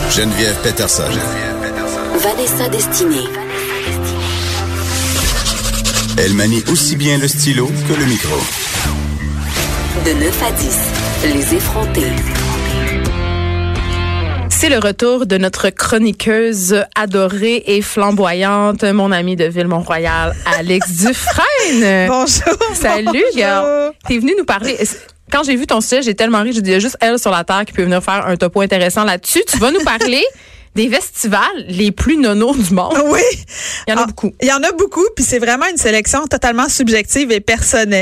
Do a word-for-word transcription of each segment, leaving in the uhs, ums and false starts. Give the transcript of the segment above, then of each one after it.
Geneviève Peterson. Vanessa Destinée. Elle manie aussi bien le stylo que le micro. De neuf à dix, les effrontés. C'est le retour de notre chroniqueuse adorée et flamboyante, mon amie de Ville-Mont-Royal, Alex Dufresne. Bonjour. Salut, bonjour. gars. T'es venue nous parler. Quand j'ai vu ton sujet, j'ai tellement ri. J'ai dit, il y a juste elle sur la Terre qui peut venir faire un topo intéressant là-dessus. Tu vas nous parler des festivals les plus nonos du monde. Oui. Il y en a ah, beaucoup. Il y en a beaucoup, puis c'est vraiment une sélection totalement subjective et personnelle.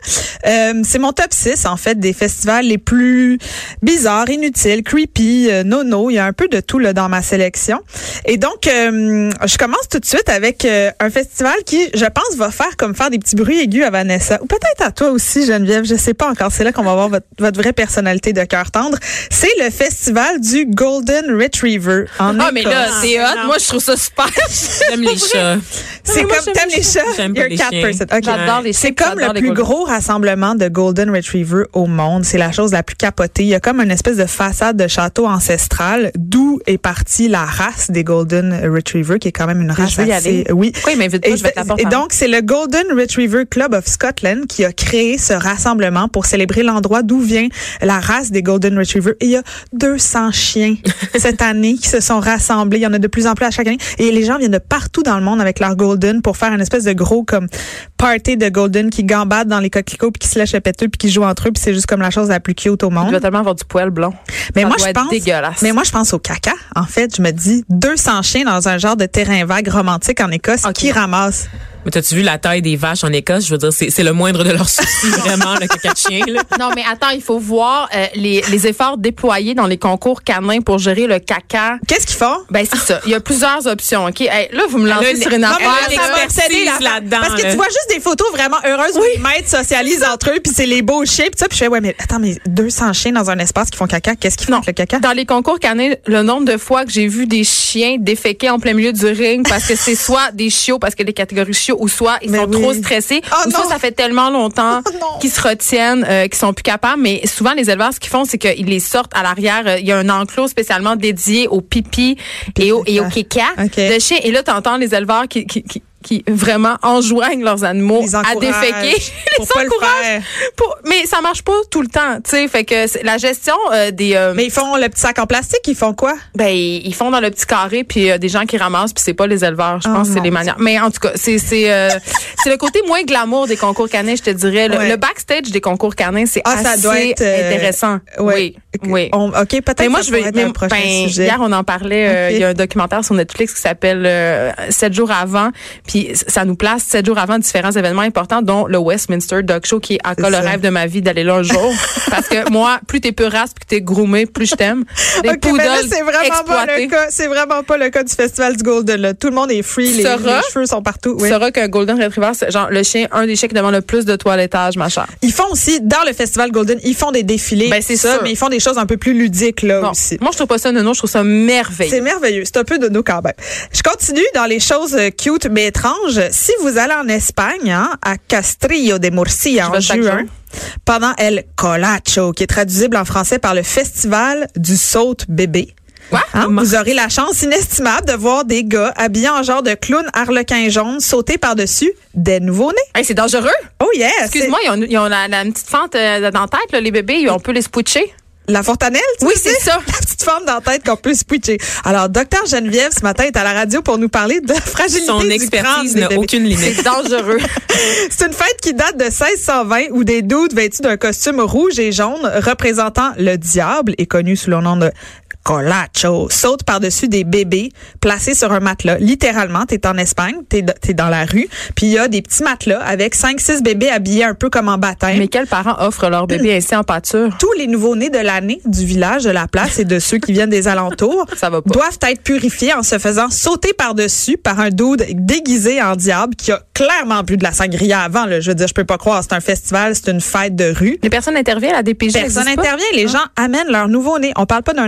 Euh, c'est mon top six, en fait, des festivals les plus bizarres, inutiles, creepy, euh, nono. Il y a un peu de tout là dans ma sélection. Et donc, euh, je commence tout de suite avec euh, un festival qui, je pense, va faire comme faire des petits bruits aigus à Vanessa. Ou peut-être à toi aussi, Geneviève. Je sais pas encore. C'est là qu'on va voir votre, votre vraie personnalité de cœur tendre. C'est le festival du Golden Retriever. En ah, mais là, c'est hot. Non. Moi, je trouve ça super. J'aime les chats. C'est moi, comme, t'aimes les chats? J'aime You're pas les cat chiens. person. Okay. J'adore les chiens. C'est comme le plus gros rassemblement de Golden Retriever au monde. C'est la chose la plus capotée. Il y a comme une espèce de façade de château ancestral d'où est partie la race des Golden Retriever, qui est quand même une race je vais y assez... aller. Oui. Pourquoi il m'invite pas? Et, Je vais t'apporter. et donc, c'est le Golden Retriever Club of Scotland qui a créé ce rassemblement pour célébrer l'endroit d'où vient la race des Golden Retriever. Et il y a deux cents chiens cette année qui se sont rassemblés. Il y en a de plus en plus à chaque année. Et les gens viennent de partout dans le monde avec leur Golden pour faire une espèce de gros comme party de Golden qui gambadent dans les coquelicots puis qui se lèchent le péteux puis qui jouent entre eux puis c'est juste comme la chose la plus cute au monde. Il doit tellement avoir du poil blanc. Mais ça moi doit je être pense dégueulasse. Mais moi je pense au caca. En fait, je me dis deux cents chiens dans un genre de terrain vague romantique en Écosse okay. qui ramassent. Mais t'as-tu vu la taille des vaches en Écosse? Je veux dire, c'est, c'est le moindre de leurs soucis, vraiment, le caca de chien, là. Non, mais attends, il faut voir euh, les, les efforts déployés dans les concours canins pour gérer le caca. Qu'est-ce qu'ils font? Ben, c'est ça. Il y a plusieurs options, OK? Hey, là, vous me lancez Elle a sur une une- affaire. elle a Ça va l'expertise obséder la- là-dedans, Parce que là. tu vois juste des photos vraiment heureuses où les maîtres socialisent entre eux puis c'est les beaux chiens puis ça puis je fais ouais mais attends mais deux cents chiens dans un espace qui font caca, qu'est-ce qu'ils font Non. avec le caca? Dans les concours canins, le nombre de fois que j'ai vu des chiens déféquer en plein milieu du ring parce que c'est soit des chiots, parce que les catégories chiots, ou soit ils Mais sont oui. trop stressés, Oh ou non. soit ça fait tellement longtemps Oh non. qu'ils se retiennent, euh, qu'ils sont plus capables. Mais souvent, les éleveurs, ce qu'ils font, c'est qu'ils les sortent à l'arrière. Euh, Il y a un enclos spécialement dédié au pipi et au, et au caca Ok. de chiens. Et là, t'entends les éleveurs qui... qui, qui qui vraiment enjoignent leurs animaux Les à encouragent déféquer. pour pas le faire. Pour, mais ça marche pas tout le temps, tu sais. Fait que c'est- la gestion euh, des... euh, Mais ils font le petit sac en plastique, ils font quoi? ben, ils font dans le petit carré, puis euh, des gens qui ramassent, puis c'est pas les éleveurs. Je Oh pense que c'est mon les manières. Mais en tout cas, c'est c'est euh, c'est le côté moins glamour des concours canins, je te dirais. Le, Ouais. le backstage des concours canins, c'est Ah, assez ça doit être euh, intéressant. ouais. Oui, oui. On, OK, peut-être Mais moi, que je ça veux. pourrait être mais- un prochain ben, sujet. hier, on en parlait. euh, Ok. Il y a un documentaire sur Netflix qui s'appelle euh, Sept jours avant. Puis ça nous place sept jours avant différents événements importants, dont le Westminster Dog Show, qui est encore le ça. rêve de ma vie d'aller là un jour. Parce que moi, plus t'es peurasse, plus t'es groomé, plus je t'aime. Des OK, mais là, poodles c'est vraiment pas exploités. le cas. C'est vraiment pas le cas du Festival du Golden. Là. Tout le monde est free. Les, Sera- les cheveux sont partout. Tu Oui. sauras qu'un Golden Retriever, c'est genre le chien, un des chiens qui demande le plus de toilettage, ma chère. Ils font aussi, dans le Festival Golden, ils font des défilés. Ben, c'est ça, sûr. mais ils font des choses un peu plus ludiques, là, Bon, aussi. moi, je trouve pas ça nono, je trouve ça merveilleux. C'est merveilleux. C'est un peu de nous quand même. Je continue dans les choses euh, cute mais étranges. Si vous allez en Espagne, hein, à Castrillo de Murcia en vais chaque juin, jour. pendant El Colacho, qui est traduisible en français par le Festival du Saute bébé. Quoi? Hein? Vous aurez la chance inestimable de voir des gars habillés en genre de clown harlequin jaune sauter par-dessus des nouveau-nés. Hey, c'est dangereux. Oh yeah! Excuse-moi, ils ont, ils ont la, la petite fente euh, dans la tête, là, les bébés, on peut les switcher. La fontanelle, tu Oui, veux c'est dire? ça. La petite femme dans la tête qu'on peut switcher. Alors, docteur Geneviève, ce matin, est à la radio pour nous parler de la fragilité Son du expertise crâne des n'a bébés. aucune limite. C'est dangereux. C'est une fête qui date de seize cent vingt où des dudes vêtus d'un costume rouge et jaune représentant le diable et connu sous le nom de Colacho sautent par-dessus des bébés placés sur un matelas. Littéralement, t'es en Espagne, t'es, t'es dans la rue, puis il y a des petits matelas avec cinq six bébés habillés un peu comme en baptême. Mais quels parents offrent leur bébé ainsi en pâture? Tous les nouveaux-nés de l'année du village, de la place et de ceux qui viennent des alentours Ça va pas. doivent être purifiés en se faisant sauter par-dessus par un dude déguisé en diable qui a clairement bu de la sangria avant. Là. Je veux dire, je peux pas croire. C'est un festival, c'est une fête de rue. Les personnes interviennent à la D P J. Personne n'existe pas? intervient. Les gens amènent leur nouveau-né. On parle pas d'un enfant de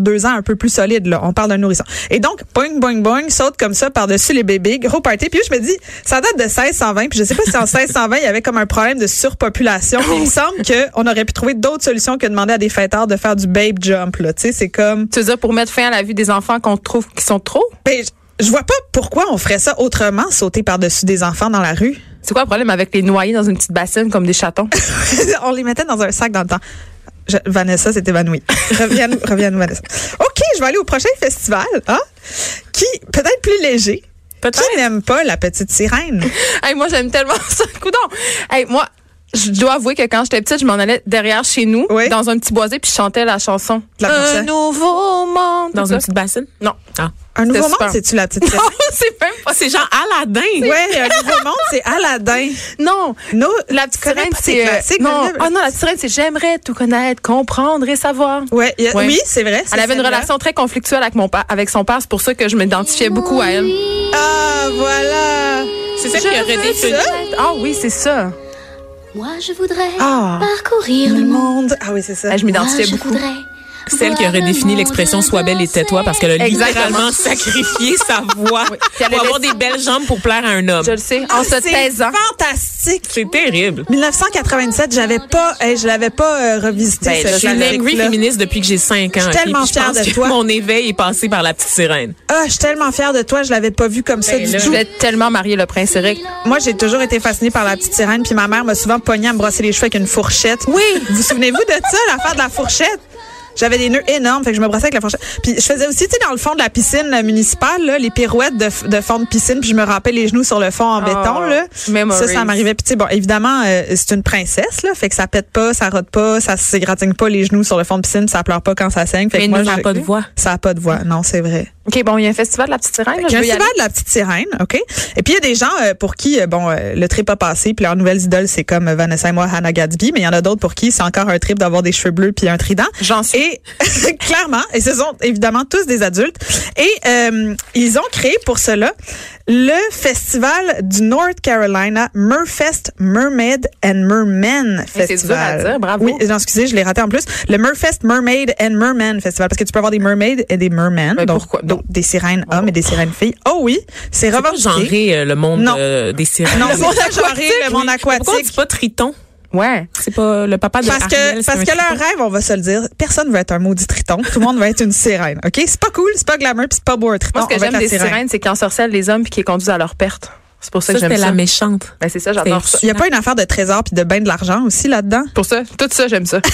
deux ans un peu plus solide, là. On parle d'un nourrisson. Et donc, boing, boing, boing, saute comme ça par-dessus les bébés, gros party. Puis je me dis, ça date de seize cent vingt, puis je sais pas si en seize cent vingt, il y avait comme un problème de surpopulation. Il me semble qu'on aurait pu trouver d'autres solutions que de demander à des fêtards de faire du babe jump, là. Tu sais, c'est comme... Tu veux dire pour mettre fin à la vie des enfants qu'on trouve qui sont trop? Ben, je, je vois pas pourquoi on ferait ça autrement, sauter par-dessus des enfants dans la rue. C'est quoi le problème avec les noyer dans une petite bassine comme des chatons? On les mettait dans un sac dans le temps. Je, Vanessa s'est évanouie. Reviens-nous, reviens-nous, Vanessa. OK, je vais aller au prochain festival, hein, qui, peut-être plus léger. Peut-être. Qui n'aime pas la petite sirène? Hey, moi, j'aime tellement ça. Coudon. Hey, moi, je dois avouer que quand j'étais petite, je m'en allais derrière chez nous, oui. dans un petit boisé, puis je chantais la chanson. La un nouveau monde. Dans une petite bassine? Non. Ah. Un nouveau C'était monde, super. c'est-tu la petite sirène? Non, c'est même pas. C'est genre Aladdin. Oui, un nouveau monde, c'est Aladdin. Non. No, La petite connais sirène, pas tes c'est. euh, classiques, non. Geneviève? Ah non, la petite sirène, c'est j'aimerais tout connaître, comprendre et savoir. Ouais, y a, Ouais. oui, c'est vrai. Elle avait une vrai. relation très conflictuelle avec mon père, avec son père. C'est pour ça que je m'identifiais beaucoup à elle. Ah, voilà. C'est ça qui a redéfini. Ah oui, c'est ça. Moi, je voudrais Ah. parcourir Le le monde. monde. Ah oui, c'est ça. Ah, je m'identifiais Moi, je beaucoup. voudrais Celle qui a redéfini l'expression « sois belle et tais-toi » parce qu'elle a Exactement. littéralement sacrifié sa voix Oui. Puis elle pour a avoir laissé- des belles jambes pour plaire à un homme. Je le sais. En Ah, se c'est taisant. fantastique. C'est terrible. dix-neuf cent quatre-vingt-dix-sept, j'avais pas, hey, je l'avais pas euh, revisité. Ben, ce je Je suis une classique-là. angry féministe depuis que j'ai cinq ans. Je suis ok? tellement Puis je fière pense de que toi. mon éveil est passé par la petite sirène. Ah, je suis tellement fière de toi, je l'avais pas vu comme ça Ben du là, Je tout. voulais tellement marier le prince Eric. Moi, j'ai toujours été fascinée par la petite sirène, puis ma mère m'a souvent pogné à me brosser les cheveux avec une fourchette. Oui. Vous souvenez-vous de ça, l'affaire de la fourchette? J'avais des nœuds énormes, fait que je me brossais avec la fourchette. Puis je faisais aussi, tu sais, dans le fond de la piscine euh, municipale, là, les pirouettes de, f- de fond de piscine, puis je me rampais les genoux sur le fond en béton, là. memories. Ça, ça m'arrivait. Puis tu sais, bon, évidemment, euh, c'est une princesse, là, fait que ça pète pas, ça rote pas, ça s'égratigne pas les genoux sur le fond de piscine, ça pleure pas quand ça saigne. Fait Mais que moi, nous, ça a je- pas de voix. Ça a pas de voix, non, c'est vrai. OK, bon, il y a un festival de la petite sirène. Là, Il y je a un veux y festival aller. de la petite sirène, OK? Et puis, il y a des gens euh, pour qui, euh, bon, euh, le trip a passé, puis leurs nouvelles idoles, c'est comme euh, Vanessa et moi, Hannah Gadsby, mais il y en a d'autres pour qui c'est encore un trip d'avoir des cheveux bleus puis un trident. J'en suis. Et clairement, et ce sont évidemment tous des adultes, et euh, ils ont créé pour cela le festival du North Carolina Merfest Mermaid and Merman Mais Festival. c'est dur à dire, bravo. Oui, non, excusez, je l'ai raté en plus. Le Merfest Mermaid and Merman Festival, parce que tu peux avoir des mermaids et des mermen, Mais donc, pourquoi? donc des sirènes hommes et des sirènes filles. Oh oui, c'est C'est pas revendiqué. genré euh, le monde Non. euh, des sirènes. Non, Le c'est monde pas genré, le monde Mais Pourquoi on aquatique. dit pas triton? Ouais. C'est pas le papa de Parce que, Ariel, c'est parce un que leur triton. rêve, on va se le dire, personne veut être un maudit triton. Tout le monde va être une sirène. OK? C'est pas cool, c'est pas glamour, puis c'est pas beau un triton. Moi, ce on que va être j'aime la des sirène. sirènes, c'est qu'ils ensorcellent les hommes puis qu'ils les conduisent à leur perte. C'est pour ça, Ça, que j'aime c'était ça. la méchante. Ben, c'est ça, j'adore ça. Il y a pas une affaire de trésor puis de bain de l'argent aussi là-dedans? Pour ça, tout ça, j'aime ça.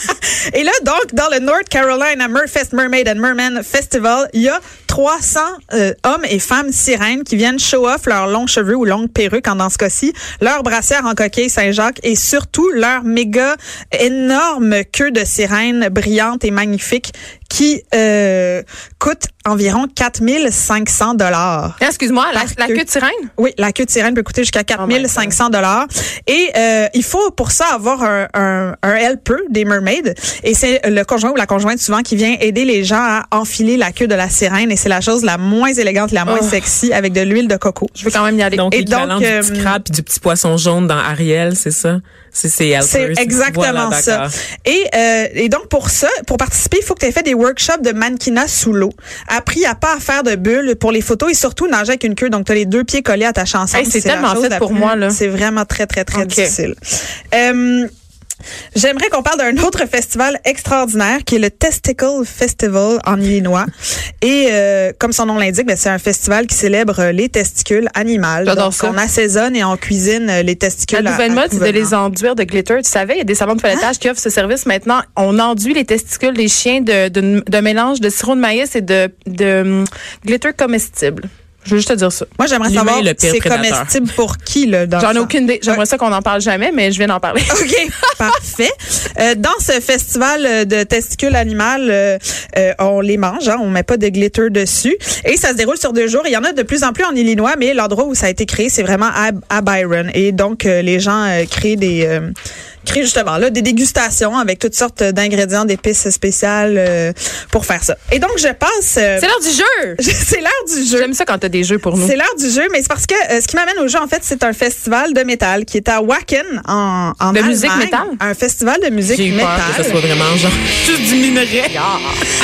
Et là, donc, dans le North Carolina Merfest Mermaid and Merman Festival, il y a trois cents euh, hommes et femmes sirènes qui viennent show off leurs longs cheveux ou longues perruques, en dans ce cas-ci, leurs brassières en coquille Saint-Jacques et surtout leur méga énorme queue de sirène brillante et magnifique qui euh, coûte environ quatre mille cinq cents dollars. Ah, excuse-moi, la, Parce la que- queue de sirène? Oui, la queue de sirène peut coûter jusqu'à quatre mille cinq cents Oh dollars. Et euh, il faut pour ça avoir un, un, un helper des mermaids. Et c'est le conjoint ou la conjointe souvent qui vient aider les gens à enfiler la queue de la sirène. Et c'est la chose la moins élégante, la moins Oh. sexy avec de l'huile de coco. Je veux quand même y aller. Donc, Et l'équivalent donc, du euh, petit crabe puis du petit poisson jaune dans Ariel, c'est ça? C'est c'est helpers. C'est exactement Voilà, ça. d'accord. Et, euh, et donc, pour ça, pour participer, il faut que tu aies fait des workshops de mannequinat sous l'eau. Appris à pas à faire de bulles pour les photos et surtout nager avec une queue. Donc, tu as les deux pieds collés attachés ensemble. Hey, c'est la tellement chose fait la pour plus- moi, là. C'est vraiment très, très, très Ok. difficile. Euh, J'aimerais qu'on parle d'un autre festival extraordinaire qui est le Testicle Festival en Illinois. Et euh, comme son nom l'indique, ben, c'est un festival qui célèbre les testicules animales. J'adore Donc, ça. on assaisonne et on cuisine les testicules. La à- nouvelle à mode, c'est de couvernement. les enduire de glitter. Tu savais, il y a des salons de toilettage qui offrent ce service maintenant. On enduit les testicules des chiens de, de, de mélange de sirop de maïs et de, de hum, glitter comestible. Je veux juste te dire ça. Moi, j'aimerais L'humain savoir est le pire c'est prédateur. comestible pour qui, là, dans J'en le ai fond? aucune idée. J'aimerais ça qu'on n'en parle jamais, mais je viens d'en parler. OK, parfait. Euh, dans ce festival de testicules animales, euh, euh, on les mange, hein, on met pas de glitter dessus. Et ça se déroule sur deux jours. Il y en a de plus en plus en Illinois, mais l'endroit où ça a été créé, c'est vraiment à, à Byron. Et donc, euh, les gens euh, créent des... Euh, créent justement là des dégustations avec toutes sortes d'ingrédients, d'épices spéciales euh, pour faire ça. Et donc, je passe... euh, C'est l'heure du jeu! c'est l'heure du jeu. J'aime ça quand t'as des jeux pour nous. C'est l'heure du jeu, mais c'est parce que euh, ce qui m'amène au jeu, en fait, c'est un festival de métal qui est à Wacken, en, en De Allemagne. musique métal? Un festival de musique J'ai eu métal. peur que ce soit vraiment genre juste du minerai.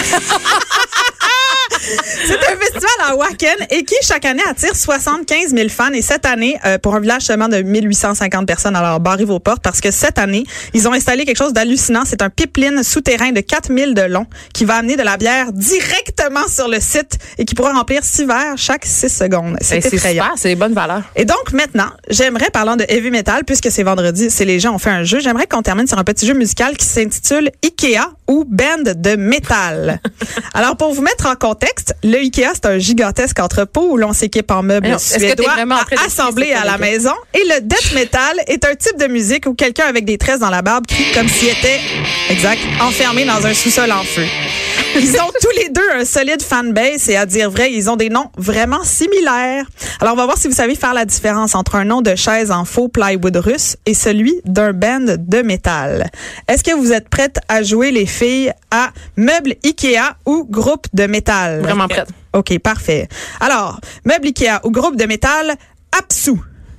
C'est un festival à Wacken et qui, chaque année, attire soixante-quinze mille fans. Et cette année, euh, pour un village seulement de mille huit cent cinquante personnes, alors barrez vos portes parce que cette année, ils ont installé quelque chose d'hallucinant. C'est un pipeline souterrain de quatre mille de long qui va amener de la bière directement sur le site et qui pourra remplir six verres chaque six secondes. C'est Ben, c'est effrayant. super, c'est des bonnes valeurs. Et donc, maintenant, j'aimerais, parlant de heavy metal, puisque c'est vendredi, c'est les gens ont fait un jeu, j'aimerais qu'on termine sur un petit jeu musical qui s'intitule Ikea ou Band de métal. Alors, pour vous mettre en contexte, le Ikea, c'est un gigantesque entrepôt où l'on s'équipe en meubles Alors, est-ce que t'es suédois vraiment en train à d'expliquer assembler c'est à quoi la le maison. Et le death metal est un type de musique où quelqu'un avec des tresses dans la barbe crie comme s'il était, exact, enfermé dans un sous-sol en feu. Ils ont tous les deux un solide fanbase et à dire vrai, ils ont des noms vraiment similaires. Alors, on va voir si vous savez faire la différence entre un nom de chaise en faux plywood russe et celui d'un band de métal. Est-ce que vous êtes prêtes à jouer, les filles, à meubles Ikea ou groupe de métal? Vraiment prête. OK, parfait. Alors, meubles Ikea ou groupe de métal, Apsu.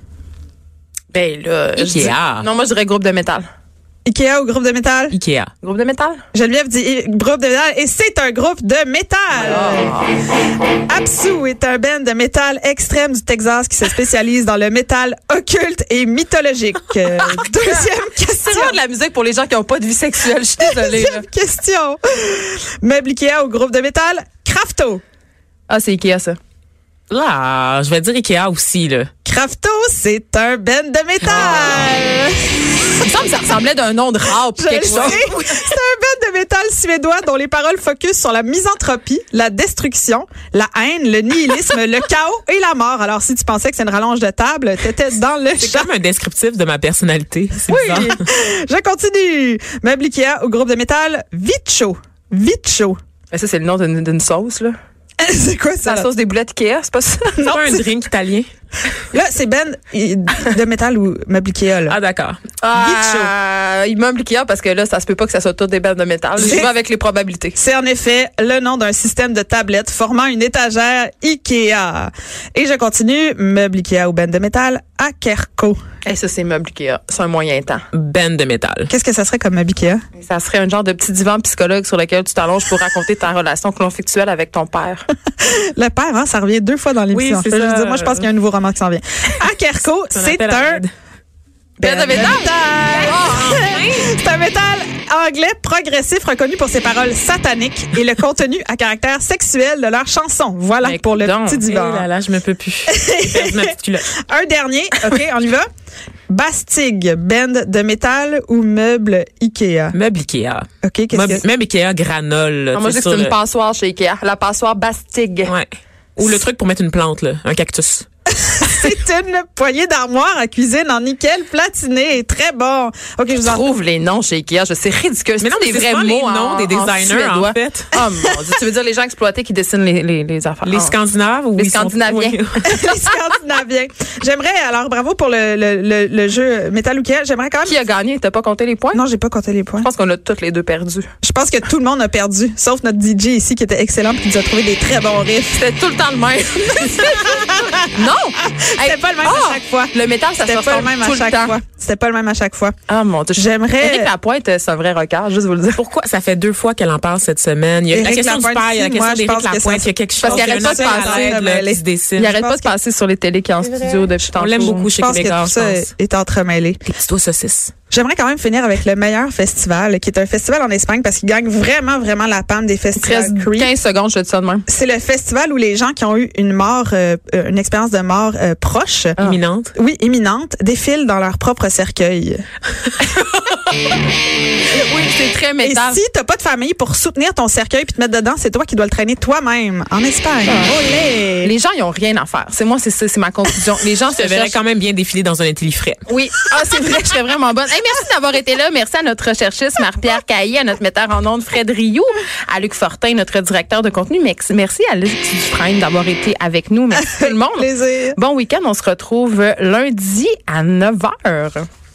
Ben là, je Ikea. dis- non, moi je dirais groupe de métal. Ikea ou groupe de métal? Ikea. Groupe de métal? Geneviève dit i- groupe de métal et c'est un groupe de métal. Apsu est un band de métal extrême du Texas qui se spécialise dans le métal occulte et mythologique. Euh, Deuxième C'est question. vraiment de la musique pour les gens qui n'ont pas de vie sexuelle. Je suis désolée. là. Deuxième question. Meuble Ikea ou groupe de métal, Crafto. Ah, c'est Ikea, ça. Là, je vais dire Ikea aussi, là. Crafto, c'est un band de métal. Il me semble que ça ressemblait d'un nom de rap ou Je quelque le chose. sais. C'est un band de métal suédois dont les paroles focus sur la misanthropie, la destruction, la haine, le nihilisme, le chaos et la mort. Alors, si tu pensais que c'est une rallonge de table, t'étais dans le C'est champ. comme un descriptif de ma personnalité. C'est Oui. bizarre. Je continue. Meuble Ikea au groupe de métal, Vicho. Vicho. Mais ça, c'est le nom d'une d'une sauce, là. C'est quoi C'est ça? la sauce des boulettes Ikea, c'est pas ça? C'est pas un c'est- drink italien. Là, c'est Ben de métal ou meuble Ikea, là. Ah, d'accord. Ah, il meuble Ikea parce que là, ça se peut pas que ça soit toutes des bandes de métal. Je C'est- vais avec les probabilités. C'est en effet le nom d'un système de tablettes formant une étagère Ikea. Et je continue, meuble Ikea ou band de métal, Akerco. Et ça, c'est meuble Ikea. C'est un moyen temps. Ben de métal. Qu'est-ce que ça serait comme meuble Ikea? Ça serait un genre de petit divan psychologue sur lequel tu t'allonges pour raconter ta relation conflictuelle avec ton père. Le père, hein, ça revient deux fois dans l'émission. Oui, c'est Je veux ça. dire, moi, je pense qu'il y a un nouveau roman qui s'en vient. Akerco, C'est un c'est appel à un... l'aide. Ben de métal? C'est un métal anglais progressif reconnu pour ses paroles sataniques et le contenu à caractère sexuel de leurs chansons. Voilà Mais pour le donc, petit Eh divan. là là, je me peux plus. J'ai perdu ma petite culotte. Un dernier, OK, on y va. Bastig, band de métal ou meuble Ikea? Meuble Ikea. OK, qu'est-ce Meuble, que... Meuble Ikea granole. là, Ah, moi, tu je sais, dis que c'est sur une le- passoire chez Ikea. La passoire Bastig. Ouais. Ou le truc pour mettre une plante, là. Un cactus. C'est une poignée d'armoire à cuisine en nickel platiné. Très bon. OK, je Je vous en trouve les noms chez Ikea. Je sais ridicule. Mais non, C'est mais des c'est vrais souvent les mots noms en- des en designers, en suédois. fait. Oh mon Dieu. Tu veux dire les gens exploités qui dessinent les, les, les affaires? Les Ah. Scandinaves ou Les ils sont- Scandinaviens. Oui. les Scandinaviens. J'aimerais, alors bravo pour le, le, le, le jeu Metal ou Ikea. J'aimerais quand même... Qui a gagné? T'as pas compté les points? Non, j'ai pas compté les points. Je pense qu'on a toutes les deux perdu. Je pense que tout le monde a perdu, sauf notre D J ici qui était excellent et qui nous a trouvé des très bons riffs. C'était tout le temps le même. non! C'était pas le même Ah! à chaque fois. Le métal, ça se C'était pas le ressemble même tout à le chaque temps. fois. C'était pas le même à chaque fois. Ah mon Dieu. J'aimerais... Éric Lapointe, c'est un vrai record, juste vous le dire. Pourquoi? Ça fait deux fois qu'elle en parle cette semaine. Il y a la Éric question du Lapointe père, il y a la ici, question moi, je d'Éric pense que Lapointe. ça- Il y a quelque chose. Parce qu'il il y a arrête un pas de appel à passer, l'aide, là, là, les- qui se dessine. Il arrête pense pas de passer sur les télés qui est en studio depuis tantôt. On l'aime beaucoup Je chez pense que Québécois, tout je ça pense. est entremêlé. Les petits doigts saucisses. J'aimerais quand même finir avec le meilleur festival, qui est un festival en Espagne parce qu'il gagne vraiment, vraiment la palme des Il te reste festivals Creep. quinze secondes, je te dis ça de même. C'est le festival où les gens qui ont eu une mort, euh, euh, une expérience de mort euh, proche, Imminente. oui, imminente, défilent dans leur propre cercueil. Oui, c'est très Et métal. si t'as pas de famille pour soutenir ton cercueil puis te mettre dedans, c'est toi qui dois le traîner toi-même en Espagne. Olé! Les gens, ils ont rien à faire. C'est moi, c'est ça, c'est ma conclusion. Les gens Je se te verrais cherchent. quand même bien défiler dans un intelli-frais. Oui. Ah, c'est vrai, je serais vraiment bonne. Hey, merci d'avoir été là. Merci à notre recherchiste Marie-Pierre Caillé, à notre metteur en ondes Fred Rioux, à Luc Fortin, notre directeur de contenu. Merci, merci à Luc Dufresne d'avoir été avec nous. Merci tout le monde. Plaisir. Bon week-end. On se retrouve lundi à neuf heures.